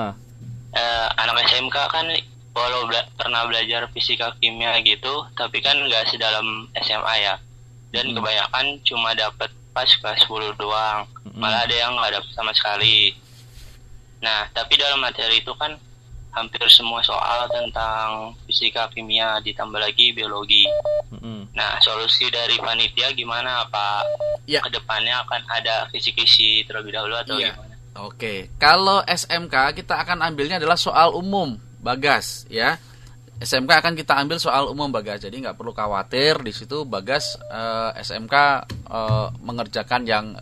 Anak SMK kan walau pernah belajar fisika kimia gitu, tapi kan nggak sedalam SMA ya. Dan kebanyakan cuma dapat pas kelas 10 doang. Malah ada yang nggak dapat sama sekali. Nah, tapi dalam materi itu kan hampir semua soal tentang fisika kimia, ditambah lagi biologi. Nah, solusi dari panitia gimana? Apa kedepannya akan ada kisi-kisi terlebih dahulu atau gimana? Oke, kalau SMK kita akan ambilnya adalah soal umum, Bagas ya. SMK akan kita ambil soal umum Bagas, jadi nggak perlu khawatir di situ Bagas SMK mengerjakan yang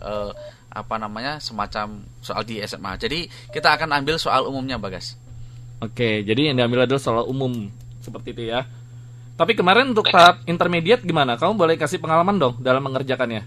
semacam soal di SMA. Jadi kita akan ambil soal umumnya Bagas. Oke, jadi yang diambil adalah soal umum seperti itu ya. Tapi kemarin untuk tahap intermediate gimana? Kamu boleh kasih pengalaman dong dalam mengerjakannya.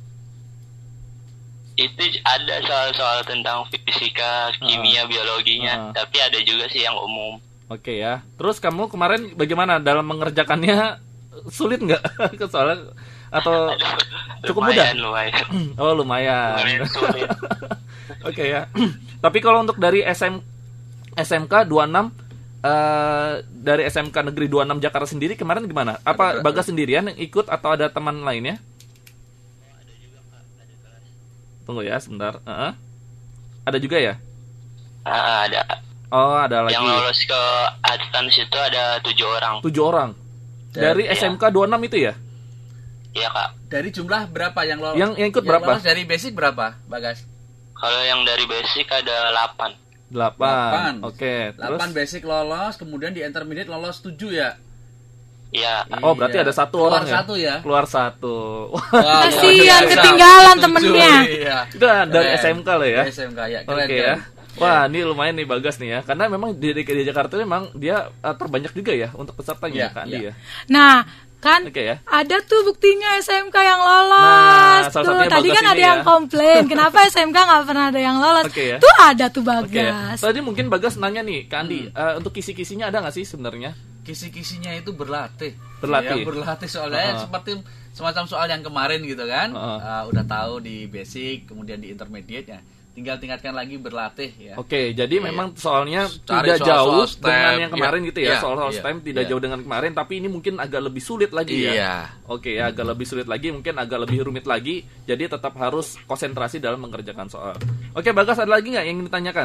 Itu ada soal-soal tentang fisika, kimia, biologinya, tapi ada juga sih yang umum. Oke ya. Terus kamu kemarin bagaimana dalam mengerjakannya? Sulit nggak ke soalnya atau cukup mudah? Lumayan. Oh lumayan. Sulit. Oke ya. Tapi kalau untuk dari SMK 26 dari SMK Negeri 26 Jakarta sendiri kemarin gimana? Apa Bagas sendirian yang ikut atau ada teman lainnya? Ada juga Kak, ada kelas. Tunggu ya sebentar. Ada juga ya? Ada. Oh, ada lagi. Yang lolos ke advance itu ada 7 orang. 7 orang. Dari SMK 26 itu ya? Iya Kak. Dari jumlah berapa yang lolos? Yang ikut berapa? Lolos dari basic berapa, Bagas? Kalau yang dari basic ada 8. 8. Oke. 8 basic lolos, kemudian di intermediate lolos 7 ya? Iya. Oh, berarti ada satu orang ya? Satu ya? Keluar satu. Kasihan ketinggalan temennya. Iya. Itu dari SMK loh ya? SMK ya. Oke ya. Wah, ini lumayan nih Bagas nih ya. Karena memang di DKI Jakarta memang dia terbanyak juga ya untuk pesertanya Kak Andi ya. Nah, kan ada tuh buktinya SMK yang lolos. Tuh, tadi kan ada yang komplain, kenapa SMK nggak pernah ada yang lolos. Tuh ada tuh Bagas. Tadi mungkin Bagas nanya nih Kak Andi, untuk kisi-kisinya ada nggak sih sebenarnya? Kisi-kisinya itu berlatih. Ya, berlatih soalnya seperti semacam soal yang kemarin gitu kan. Udah tahu di basic, kemudian di intermediate-nya. Tinggal tingkatkan lagi berlatih ya. Oke, jadi memang soalnya tidak jauh dengan yang kemarin gitu ya. Soal-soal STEM tidak jauh dengan kemarin, tapi ini mungkin agak lebih sulit lagi ya. Oke ya, agak lebih sulit lagi, mungkin agak lebih rumit lagi. Jadi tetap harus konsentrasi dalam mengerjakan soal. Oke, Bagas ada lagi nggak yang ingin ditanyakan?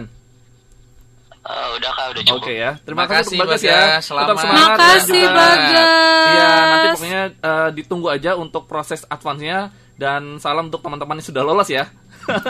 Udah Kak, udah cukup. Oke ya, terima kasih Bagas ya. Tetap semangat. Makasih Bagas. Iya, nanti pokoknya ditunggu aja untuk proses advance-nya dan salam untuk teman-teman yang sudah lolos ya.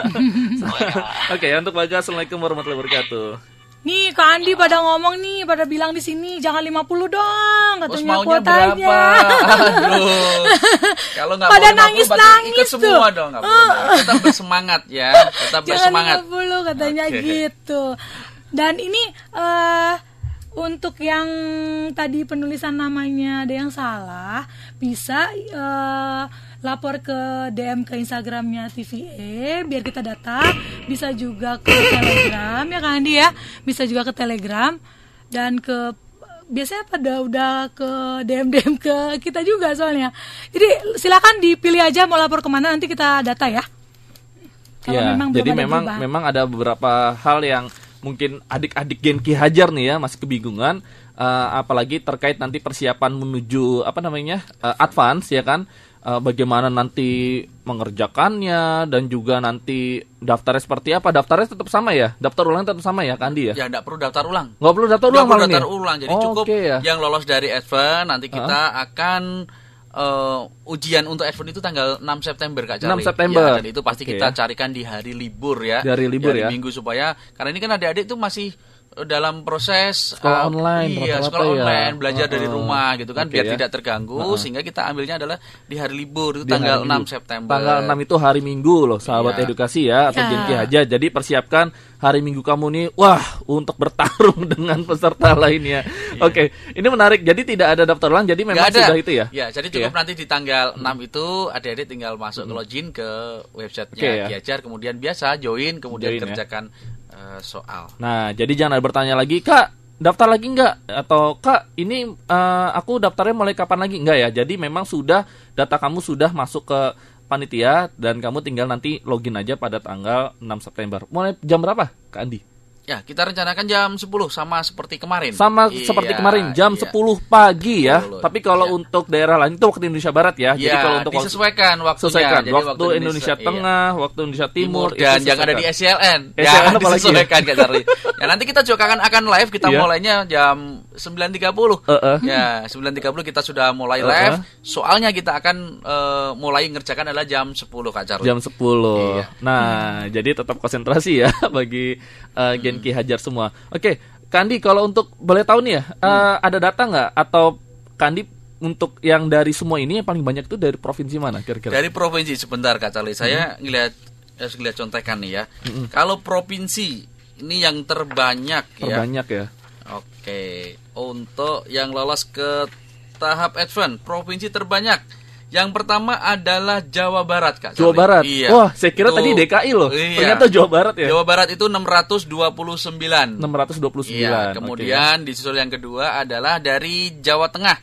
Oke, untuk Bagas, assalamualaikum warahmatullahi wabarakatuh. Nih Kak Andi pada ngomong nih, pada bilang di sini jangan 50 dong katanya kuotanya. Berapa? Aduh. Kalau nggak pada nangis-nangis ikut semua dong, nggak boleh. Tetap bersemangat ya, tetap bersemangat. Jangan 50 katanya gitu. Dan ini untuk yang tadi penulisan namanya ada yang salah, bisa lapor ke DM ke Instagramnya TVE biar kita data. Bisa juga ke Telegram ya Kak Andi ya, bisa juga ke Telegram dan ke biasanya pada udah ke DM ke kita juga soalnya. Jadi silakan dipilih aja mau lapor kemana, nanti kita data ya. Ya, jadi memang ada beberapa hal yang mungkin adik-adik Gen Ki Hajar nih ya masih kebingungan, apalagi terkait nanti persiapan menuju advance ya kan. Bagaimana nanti mengerjakannya dan juga nanti daftarnya seperti apa? Daftarnya tetap sama ya? Daftar ulang tetap sama ya, Kandi ya? Ya, enggak perlu daftar ulang. Enggak perlu daftar ulang malah daftar ulang. Jadi cukup yang lolos dari advance nanti kita akan ujian untuk advance itu tanggal 6 September Kak Charlie. 6 September. Ya, dan itu pasti kita carikan di hari libur ya. Di hari libur ya. Di minggu supaya karena ini kan adik-adik tuh masih dalam proses sekolah online, sekolah online, belajar dari rumah gitu kan, biar tidak terganggu, sehingga kita ambilnya adalah di hari libur itu tanggal 6 September. Tanggal 6 itu hari Minggu loh, sahabat edukasi ya atau Gen Ki Hajar. Jadi persiapkan hari Minggu kamu nih, wah, untuk bertarung dengan peserta lainnya. Oke, ini menarik. Jadi tidak ada daftar ulang, jadi memang sudah itu ya. Ya, jadi cukup nanti di tanggal 6 itu adik-adik tinggal masuk ke login ke websitenya Ki Hajar, kemudian biasa join, kemudian kerjakan soal. Nah, jadi jangan bertanya lagi, Kak, daftar lagi enggak? Atau Kak, ini aku daftarnya mulai kapan lagi? Enggak ya. Jadi memang sudah data kamu sudah masuk ke panitia dan kamu tinggal nanti login aja pada tanggal 6 September. Mulai jam berapa, Kak Andi? Ya, kita rencanakan jam 10 sama seperti kemarin. Seperti kemarin, jam 10 pagi ya. Tapi kalau untuk daerah lain itu waktu Indonesia Barat ya. Jadi kalau untuk disesuaikan waktunya. Waktu Indonesia Tengah, waktu Indonesia Timur dan yang ada di SCLN. Ya, disesuaikan Kak Charlie. Ya, nanti kita juga akan live, kita mulainya jam 9.30. Ya, 9.30 kita sudah mulai live. Soalnya kita akan mulai ngerjakan adalah jam 10 Kak Charlie. Jam 10. Nah, jadi tetap konsentrasi ya bagi Gen Ki Hajar semua. Oke, Kandi, kalau untuk boleh tahu nih ya, ada data nggak atau Kandi untuk yang dari semua ini yang paling banyak itu dari provinsi mana kira-kira? Dari provinsi, sebentar Kak Charlie, saya ngelihat contekan nih ya. Kalau provinsi ini yang terbanyak ya. Oke, untuk yang lolos ke tahap advance, provinsi terbanyak. Yang pertama adalah Jawa Barat, Kak. Jawa Barat? Iya. Wah, saya kira tadi DKI loh. Ternyata Jawa Barat ya? Jawa Barat itu 629. 629. Iya, kemudian disusul yang kedua adalah dari Jawa Tengah,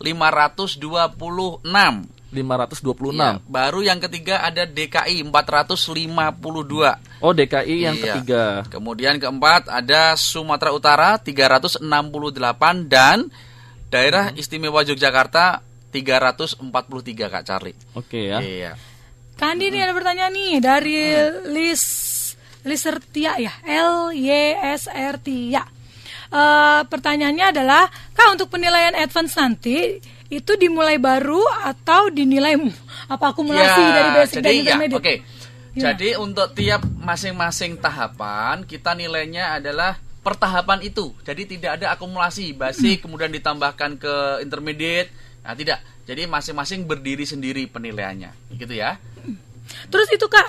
526. 526. Iya, baru yang ketiga ada DKI 452. Oh, DKI yang ketiga. Kemudian keempat ada Sumatera Utara 368 dan daerah istimewa Yogyakarta 343 Kak Charlie. Oke ya. Iya. Kandi nih ada pertanyaan nih dari Lisertia ya, LYSRtia. Pertanyaannya adalah, Kak, untuk penilaian advance nanti itu dimulai baru atau dinilai apa akumulasi dari basic dan intermediate? Oke. Jadi untuk tiap masing-masing tahapan kita nilainya adalah per tahapan itu. Jadi tidak ada akumulasi basic kemudian ditambahkan ke intermediate. Nah, tidak. Jadi masing-masing berdiri sendiri penilaiannya. Gitu ya. Terus itu Kak,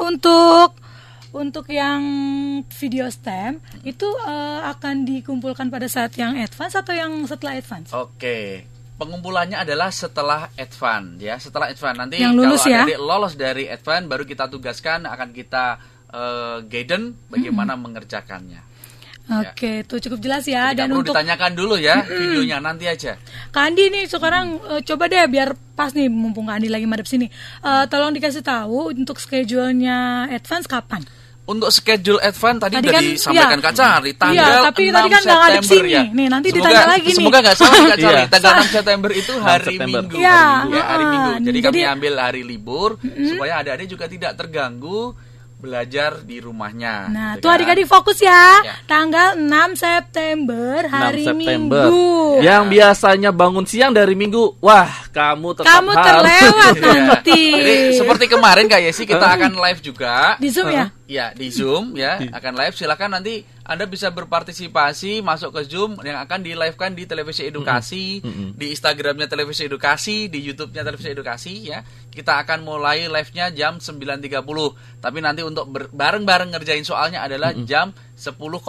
untuk yang video STEM itu akan dikumpulkan pada saat yang advance atau yang setelah advance? Oke. Pengumpulannya adalah setelah advance ya, setelah advance. Nanti yang lulus, kalau adik lolos dari advance baru kita tugaskan, akan kita guidance bagaimana mengerjakannya. Oke, itu cukup jelas ya. Jadi dan perlu ditanyakan dulu ya videonya nanti aja. Kak Andi nih sekarang coba deh biar pas nih mumpung Kak Andi lagi madep sini. Tolong dikasih tahu untuk schedule-nya advance kapan? Untuk schedule advance tadi udah disampaikan Kak Cari tanggal 6 tapi tadi kan September ya. Nih nanti ditanya lagi nih. Semoga nggak salah Kak Cari. Tanggal 6 September itu hari Minggu. Hari Minggu. Jadi kami ambil hari libur supaya adik-adik juga tidak terganggu belajar di rumahnya. Nah, tuh adik-adik fokus ya. Tanggal 6 September hari 6 September. Minggu. Yang biasanya bangun siang dari Minggu, wah, kamu terlewat nanti. Jadi seperti kemarin Kak Yesi kita akan live juga. Di Zoom ya? Ya, di Zoom ya, akan live. Silakan nanti Anda bisa berpartisipasi masuk ke Zoom yang akan di-live-kan di Televisi Edukasi, di Instagramnya Televisi Edukasi, di YouTube-nya Televisi Edukasi ya. Kita akan mulai live-nya jam 9.30. Tapi nanti untuk bareng-bareng ngerjain soalnya adalah jam 10.00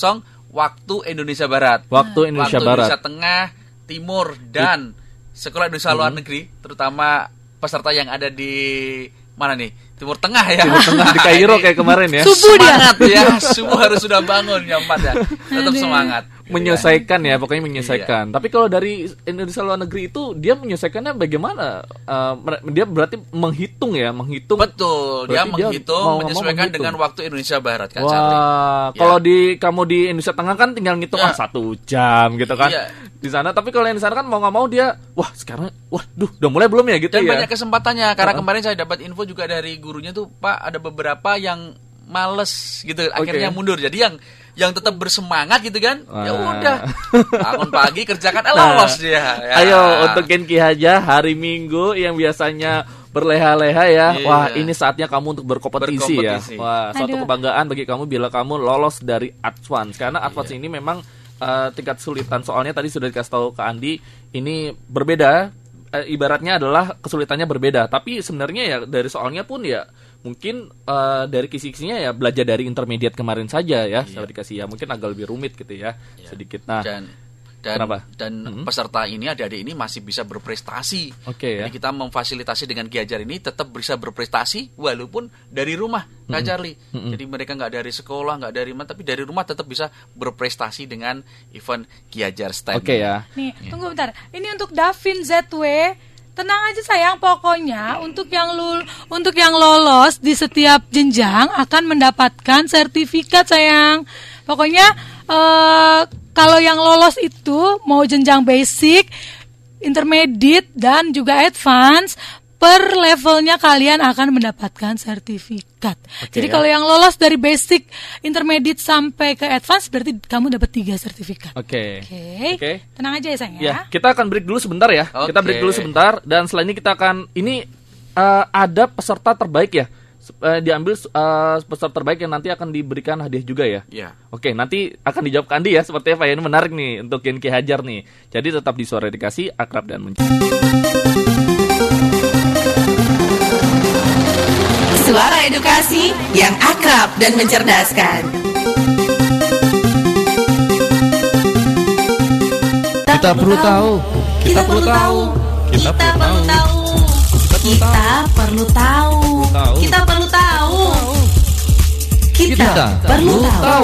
waktu Indonesia Barat. Waktu Indonesia Tengah, Timur dan Sekolah Indonesia Luar Negeri, terutama peserta yang ada di mana nih? Timur Tengah ya. Timur Tengah di Kairo kayak kemarin ya. Subuh semangat ya. Subuh harus sudah bangun jam 4 ya. Tetap semangat. Menyelesaikan ya, pokoknya menyelesaikan. Tapi kalau dari Indonesia Luar Negeri itu dia menyelesaikannya bagaimana? Dia berarti menghitung. Betul, dia menghitung menyesuaikan dengan waktu Indonesia Barat Kak Charlie. Wah, kalau kamu di Indonesia Tengah kan tinggal ngitung 1 jam gitu kan. Di sana, tapi kalau yang di sana kan mau nggak mau dia, sekarang, udah mulai belum ya gitu. Dan banyak kesempatannya karena kemarin saya dapat info juga dari gurunya tuh Pak, ada beberapa yang males gitu, akhirnya mundur. Jadi yang tetap bersemangat gitu kan, ya udah bangun pagi kerjakan lolos dia. Ya. Ayo untuk Genki Haja hari Minggu yang biasanya berleha-leha ya. Wah, ini saatnya kamu untuk berkompetisi ya. Wah, suatu kebanggaan bagi kamu bila kamu lolos dari advance. Karena advance ini memang tingkat kesulitan soalnya tadi sudah dikasih tahu ke Andi, ini berbeda, ibaratnya adalah kesulitannya berbeda, tapi sebenarnya ya dari soalnya pun ya mungkin dari kisi-kisinya ya belajar dari intermediate kemarin saja ya, saya dikasih ya mungkin agak lebih rumit gitu ya sedikit. Nah, dan peserta ini, adik-adik ini masih bisa berprestasi. Jadi kita memfasilitasi dengan Ki Hajar ini tetap bisa berprestasi walaupun dari rumah, Kak Charlie. Jadi mereka nggak dari sekolah, nggak dari mana, tapi dari rumah tetap bisa berprestasi dengan event Ki Hajar STEM. Ya. Nih, tunggu bentar. Ini untuk Davin ZW. Tenang aja sayang, pokoknya untuk yang lolos di setiap jenjang akan mendapatkan sertifikat sayang. Pokoknya kalau yang lolos itu mau jenjang basic, intermediate dan juga advance, per levelnya kalian akan mendapatkan sertifikat. Jadi kalau yang lolos dari basic, intermediate sampai ke advance berarti kamu dapat 3 sertifikat. Oke. Tenang aja ya sayang ya. Kita akan break dulu sebentar ya. Kita break dulu sebentar dan setelah ini kita akan ada peserta terbaik ya. Diambil peserta terbaik yang nanti akan diberikan hadiah juga ya. Oke, nanti akan dijawab ke Andi ya seperti apa ya. Ini menarik nih untuk Genki Hajar nih. Jadi tetap di Suara Edukasi, akrab dan mencerdaskan. Suara Edukasi yang akrab dan mencerdaskan. Kita perlu tahu. Kita perlu tahu. Kita perlu tahu. Kita perlu tahu. Kita perlu tahu. Kita perlu tahu.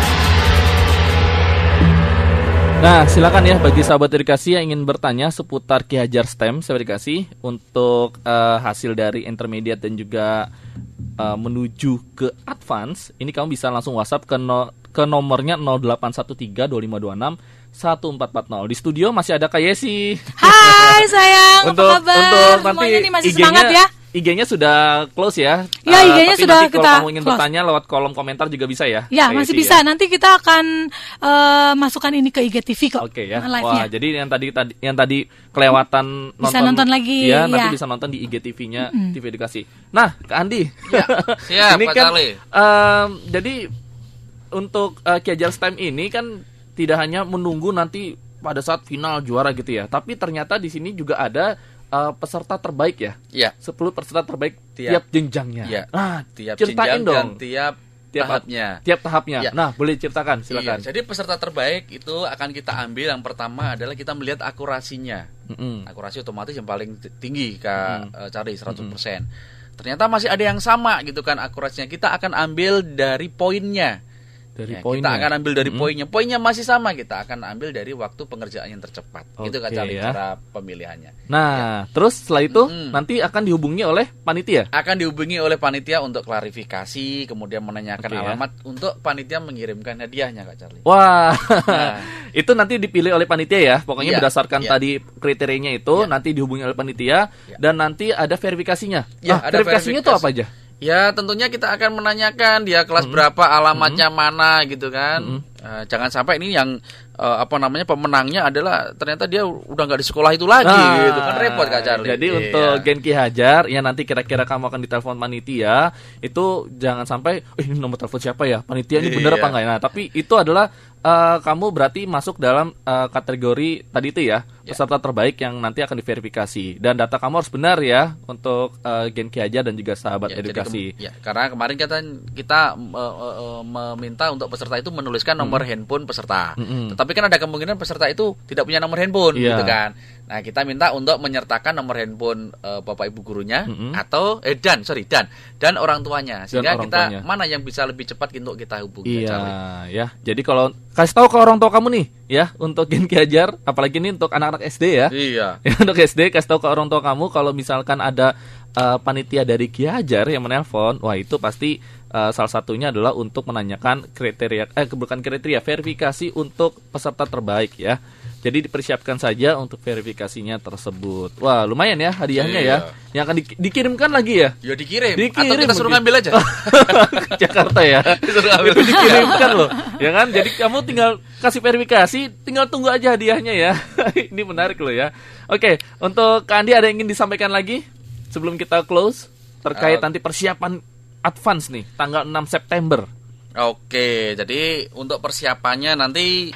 Nah, silakan ya bagi sahabat edukasi yang ingin bertanya seputar Ki Hajar STEM, saya dikasih untuk hasil dari intermediate dan juga menuju ke advance. Ini kamu bisa langsung WhatsApp ke nomornya 08132526 1440. Di studio masih ada Kak Yesi. Hai sayang, apa kabar? Untuk nanti semuanya nih masih semangat ya. IG-nya sudah close ya. Ya, IG-nya tapi sudah nanti kita kalau kamu ingin close. bertanya lewat kolom komentar juga bisa ya. Ya, masih bisa. Ya. Nanti kita akan masukkan ini ke IGTV kok. Oke ya. Live-nya. Wah, jadi yang tadi kelewatan bisa nonton lagi. Ya, nanti bisa nonton di IGTV-nya TV Edukasi. Nah, Kak Andi. Ya. Siap, ini Pak kan Charlie. jadi untuk Ki Hajar STEM ini kan tidak hanya menunggu nanti pada saat final juara gitu ya, tapi ternyata di sini juga ada peserta terbaik ya. Iya. 10 peserta terbaik tiap jenjangnya. Iya. Tiap ceritain jenjang dong. dan tahapnya. Tiap tahapnya. Ya. Nah, boleh ceritakan, silakan. Iya, jadi peserta terbaik itu akan kita ambil yang pertama adalah kita melihat akurasinya. Akurasi otomatis yang paling tinggi cari 100%. Ternyata masih ada yang sama gitu kan akurasinya. Kita akan ambil dari poinnya. Kita akan ambil dari poinnya. Poinnya masih sama, kita akan ambil dari waktu pengerjaan yang tercepat. Itu cara pemilihannya. Nah, terus setelah itu nanti akan dihubungi oleh panitia. Akan dihubungi oleh panitia untuk klarifikasi, kemudian menanyakan alamat untuk panitia mengirimkan hadiahnya, Kak Charlie. Wah. Itu nanti dipilih oleh panitia ya. Pokoknya berdasarkan tadi kriterianya itu nanti dihubungi oleh panitia dan nanti ada verifikasinya. Verifikasinya itu apa aja? Ya tentunya kita akan menanyakan dia kelas berapa, alamatnya mana gitu kan. Jangan sampai ini yang pemenangnya adalah ternyata dia udah nggak di sekolah itu lagi gitu kan, repot Kak Charlie. Jadi untuk Gen Ki Hajar ya nanti kira-kira kamu akan ditelepon panitia itu jangan sampai ini nomor telepon siapa ya, panitia ini bener apa enggak ya. Nah tapi itu adalah kamu berarti masuk dalam kategori tadi itu ya, peserta terbaik yang nanti akan diverifikasi dan data kamu harus benar ya untuk Gen Ki Hajar dan juga sahabat edukasi. Karena kemarin kita meminta untuk peserta itu menuliskan nomor handphone peserta. Tapi kan ada kemungkinan peserta itu tidak punya nomor handphone gitu kan. Nah, kita minta untuk menyertakan nomor handphone Bapak Ibu gurunya atau dan orang tuanya sehingga kita mana yang bisa lebih cepat untuk kita hubungi. Ya. Jadi kalau kasih tahu ke orang tua kamu nih ya untuk Gen Ki Hajar, apalagi ini untuk anak-anak SD ya. Iya. Untuk SD kasih tahu ke orang tua kamu kalau misalkan ada panitia dari Ki Hajar yang menelpon, wah itu pasti salah satunya adalah untuk menanyakan verifikasi untuk peserta terbaik ya. Jadi dipersiapkan saja untuk verifikasinya tersebut. Wah lumayan ya hadiahnya ya. Yang akan dikirimkan lagi ya. Ya dikirim. Atau kita suruh ngambil aja. Jakarta ya. Disuruh ambil. Dikirimkan loh. Ya kan. Jadi kamu tinggal kasih verifikasi, tinggal tunggu aja hadiahnya ya. Ini menarik loh ya. Oke, untuk Kak Andi ada yang ingin disampaikan lagi sebelum kita close terkait nanti persiapan advance nih tanggal 6 September. Oke, jadi untuk persiapannya nanti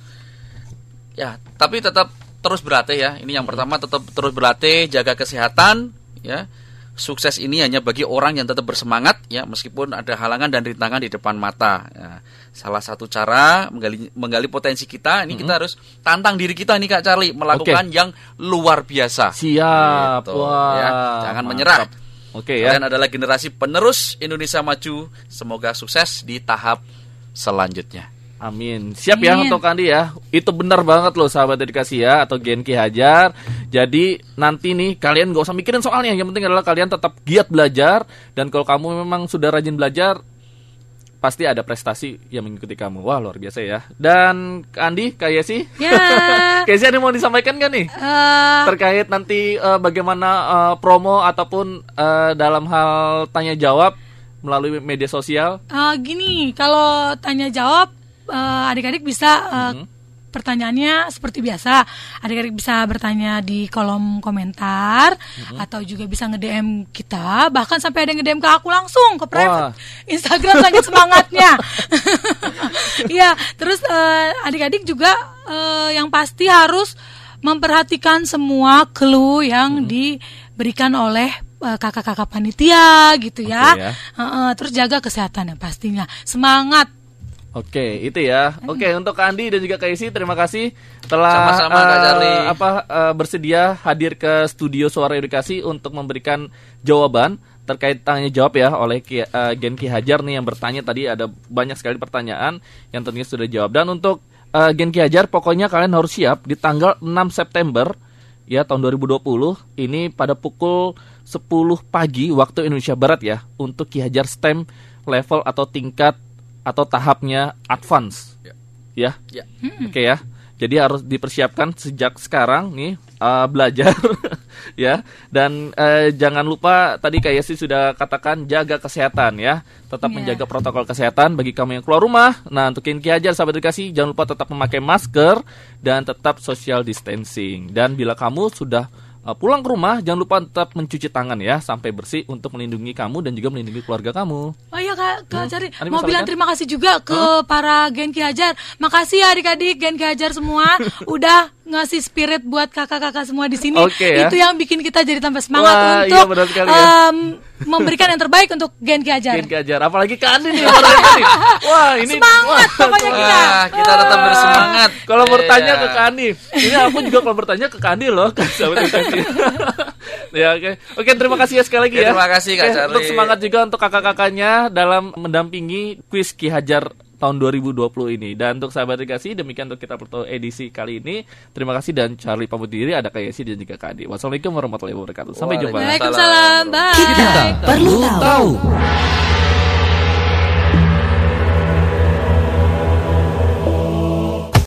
ya, tapi tetap terus berlatih ya. Ini yang pertama, tetap terus berlatih, jaga kesehatan ya. Sukses ini hanya bagi orang yang tetap bersemangat ya, meskipun ada halangan dan rintangan di depan mata. Ya, salah satu cara menggali potensi kita, ini kita harus tantang diri kita nih Kak Charlie, melakukan yang luar biasa. Siap. Gitu, ya. Jangan menyerah. Kalian adalah generasi penerus Indonesia maju. Semoga sukses di tahap selanjutnya. Amin. Siap ya untuk Andi ya. Itu benar banget loh sahabat edukasi ya, atau Gen Ki Hajar. Jadi nanti nih kalian gak usah mikirin soalnya. Yang penting adalah kalian tetap giat belajar. Dan kalau kamu memang sudah rajin belajar, pasti ada prestasi yang mengikuti kamu. Wah luar biasa ya. Dan Andi, Kak Yesi, Kak Yesi ada mau disampaikan gak nih? Terkait nanti bagaimana promo ataupun dalam hal tanya jawab melalui media sosial? Gini, kalau tanya jawab adik-adik bisa pertanyaannya seperti biasa. Adik-adik bisa bertanya di kolom komentar atau juga bisa nge-DM kita. Bahkan sampai ada yang nge-DM ke aku langsung ke private Instagram lagi semangatnya. Iya, terus adik-adik juga yang pasti harus memperhatikan semua clue yang diberikan oleh kakak-kakak panitia gitu ya. Terus jaga kesehatan yang pastinya. Semangat. Oke, itu ya. Oke, untuk Kak Andi dan juga Kak Isi, terima kasih telah sama-sama Kak Charlie. Bersedia hadir ke studio Suara Edukasi untuk memberikan jawaban terkait tanya jawab ya oleh Gen Ki Hajar nih yang bertanya tadi. Ada banyak sekali pertanyaan yang tentunya sudah dijawab. Dan untuk Gen Ki Hajar, pokoknya kalian harus siap di tanggal 6 September ya tahun 2020 ini pada pukul 10 pagi waktu Indonesia Barat ya, untuk Ki Hajar STEM level atau tingkat atau tahapnya advance. Ya. Oke ya. Jadi harus dipersiapkan sejak sekarang nih belajar ya. Dan jangan lupa tadi Kak Yesi sudah katakan jaga kesehatan ya. Tetap menjaga protokol kesehatan bagi kamu yang keluar rumah. Nah, untuk Gen Ki Hajar sahabat edukasi, jangan lupa tetap memakai masker dan tetap social distancing. Dan bila kamu sudah pulang ke rumah, jangan lupa tetap mencuci tangan ya sampai bersih untuk melindungi kamu dan juga melindungi keluarga kamu. Oh iya Kak Cari, mau bilang terima kasih juga ke para Gen Ki Hajar. Makasih ya adik-adik Gen Ki Hajar semua udah ngasih spirit buat kakak-kakak semua di sini. Itu yang bikin kita jadi tambah semangat untuk memberikan yang terbaik untuk Gen Ki Hajar. Gen Ki Hajar, apalagi Kak Andi nih. Wah, ini semangat pokoknya kita tetap bersemangat. Kalau bertanya ke Kak Andi, ini aku juga kalau bertanya ke Kak Andi loh, ya oke, terima kasih ya sekali lagi ya. Terima kasih Kak Charlie. Untuk semangat juga untuk kakak-kakaknya dalam mendampingi kuis Ki Hajar tahun 2020 ini. Dan untuk sahabat edukasi, demikian untuk Kita Perlu Tahu edisi kali ini. Terima kasih dan Charlie pamit diri, ada Kak Yesi dan juga Kak Adi. Wassalamualaikum warahmatullahi wabarakatuh. Sampai jumpa. Waalaikumsalam. Bye. Kita Perlu Tahu.